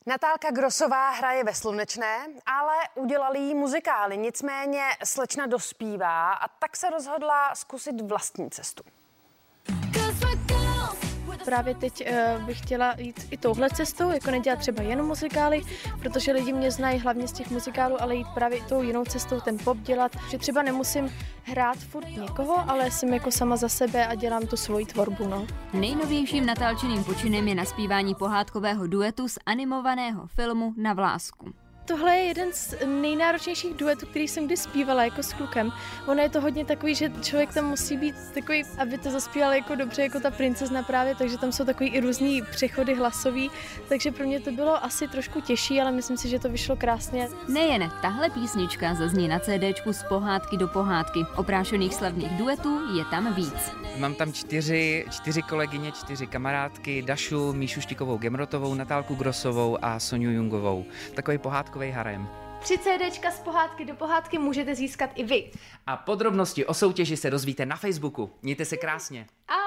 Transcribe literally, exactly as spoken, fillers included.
Natálka Grossová hraje ve Slunečné, ale udělali jí muzikály. Nicméně slečna dospívá a tak se rozhodla zkusit vlastní cestu. Právě teď uh, bych chtěla jít i touhle cestou, jako nedělat třeba jenom muzikály, protože lidi mě znají hlavně z těch muzikálů, ale jít právě i tou jinou cestou, ten pop dělat, že třeba nemusím hrát furt někoho, ale jsem jako sama za sebe a dělám tu svoji tvorbu, no. Nejnovějším Natálčiným počinem je naspívání pohádkového duetu z animovaného filmu Na vlásku. Tohle je jeden z nejnáročnějších duetů, který jsem kdy zpívala jako s klukem. Ono je to hodně takový, že člověk tam musí být takový, aby to zaspíval jako dobře, jako ta princezna právě, takže tam jsou takový i různý přechody hlasový, takže pro mě to bylo asi trošku těžší, ale myslím si, že to vyšlo krásně. Nejen tahle písnička zazní na CDčku z pohádky do pohádky. Oprášených slavných duetů je tam víc. Mám tam čtyři, čtyři kolegyně, čtyři kamarádky, Dašu, Míšu Štikovou Gemrotovou, Natálku Grossovou a Soňu Jungovou. Takový pohádkový harem. Tři CDčka z pohádky do pohádky můžete získat i vy. A podrobnosti o soutěži se dozvíte na Facebooku. Mějte se krásně. A